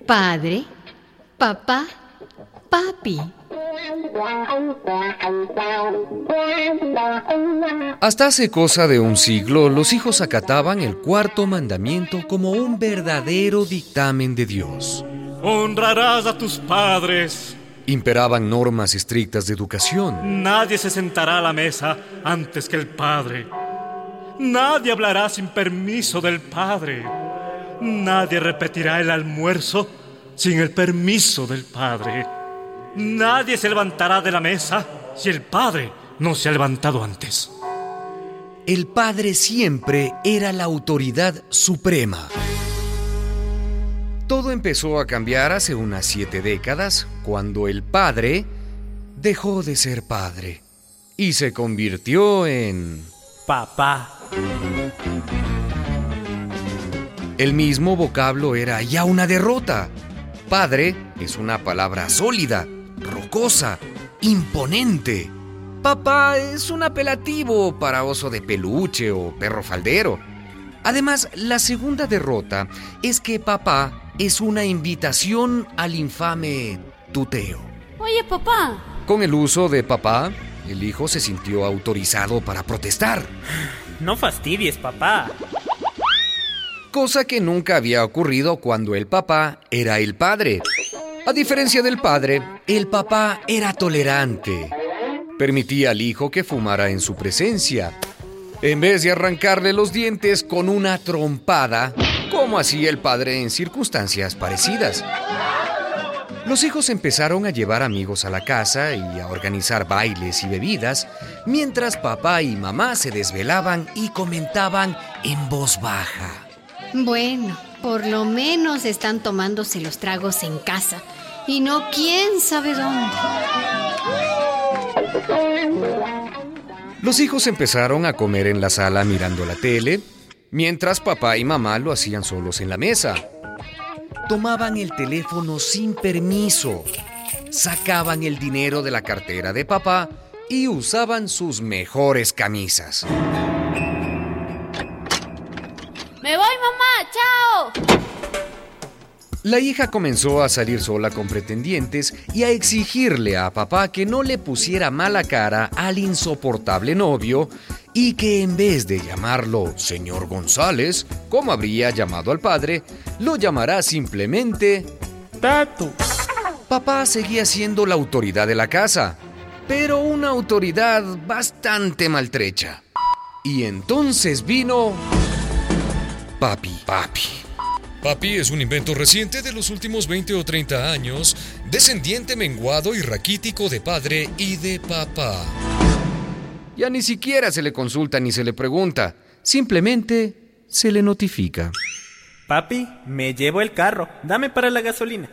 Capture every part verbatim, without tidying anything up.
Padre, papá, papi. Hasta hace cosa de un siglo, los hijos acataban el cuarto mandamiento como un verdadero dictamen de Dios. Honrarás a tus padres. Imperaban normas estrictas de educación. Nadie se sentará a la mesa antes que el padre. Nadie hablará sin permiso del padre. Nadie repetirá el almuerzo sin el permiso del padre. Nadie se levantará de la mesa si el padre no se ha levantado antes. El padre siempre era la autoridad suprema. Todo empezó a cambiar hace unas siete décadas, cuando el padre dejó de ser padre y se convirtió en... papá. El mismo vocablo era ya una derrota. Padre es una palabra sólida, rocosa, imponente. Papá es un apelativo para oso de peluche o perro faldero. Además, la segunda derrota es que papá es una invitación al infame tuteo. Oye, papá. Con el uso de papá, el hijo se sintió autorizado para protestar. No fastidies, papá. Cosa que nunca había ocurrido cuando el papá era el padre. A diferencia del padre, el papá era tolerante. Permitía al hijo que fumara en su presencia, en vez de arrancarle los dientes con una trompada, como hacía el padre en circunstancias parecidas. Los hijos empezaron a llevar amigos a la casa y a organizar bailes y bebidas, mientras papá y mamá se desvelaban y comentaban en voz baja. Bueno, por lo menos están tomándose los tragos en casa y no quién sabe dónde. Los hijos empezaron a comer en la sala mirando la tele, mientras papá y mamá lo hacían solos en la mesa. Tomaban el teléfono sin permiso, sacaban el dinero de la cartera de papá y usaban sus mejores camisas. ¡Me voy, mamá! ¡Chao! La hija comenzó a salir sola con pretendientes y a exigirle a papá que no le pusiera mala cara al insoportable novio y que en vez de llamarlo señor González, como habría llamado al padre, lo llamará simplemente Tato. Papá seguía siendo la autoridad de la casa, pero una autoridad bastante maltrecha. Y entonces vino... Papi, papi. Papi es un invento reciente de los últimos veinte o treinta años, descendiente menguado y raquítico de padre y de papá. Ya ni siquiera se le consulta ni se le pregunta, simplemente se le notifica. Papi, me llevo el carro, dame para la gasolina.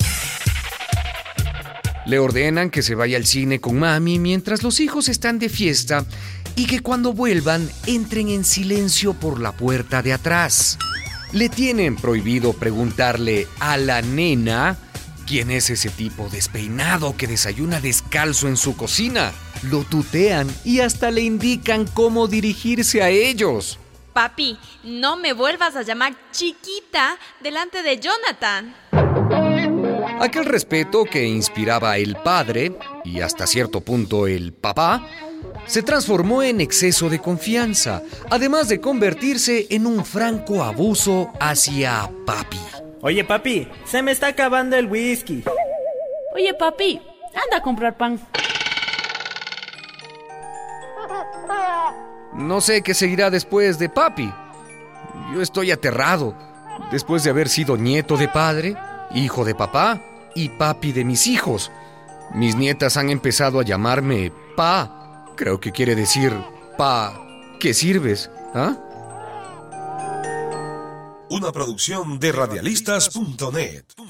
Le ordenan que se vaya al cine con mami mientras los hijos están de fiesta y que cuando vuelvan entren en silencio por la puerta de atrás. Le tienen prohibido preguntarle a la nena quién es ese tipo despeinado que desayuna descalzo en su cocina. Lo tutean y hasta le indican cómo dirigirse a ellos. Papi, no me vuelvas a llamar chiquita delante de Jonathan. Aquel respeto que inspiraba el padre, y hasta cierto punto el papá, se transformó en exceso de confianza, además de convertirse en un franco abuso hacia papi. Oye, papi, se me está acabando el whisky. Oye, papi, anda a comprar pan. No sé qué seguirá después de papi. Yo estoy aterrado, después de haber sido nieto de padre, hijo de papá y papi de mis hijos. Mis nietas han empezado a llamarme pa. Creo que quiere decir, pa, ¿qué sirves? ¿Ah? Una producción de radialistas punto net.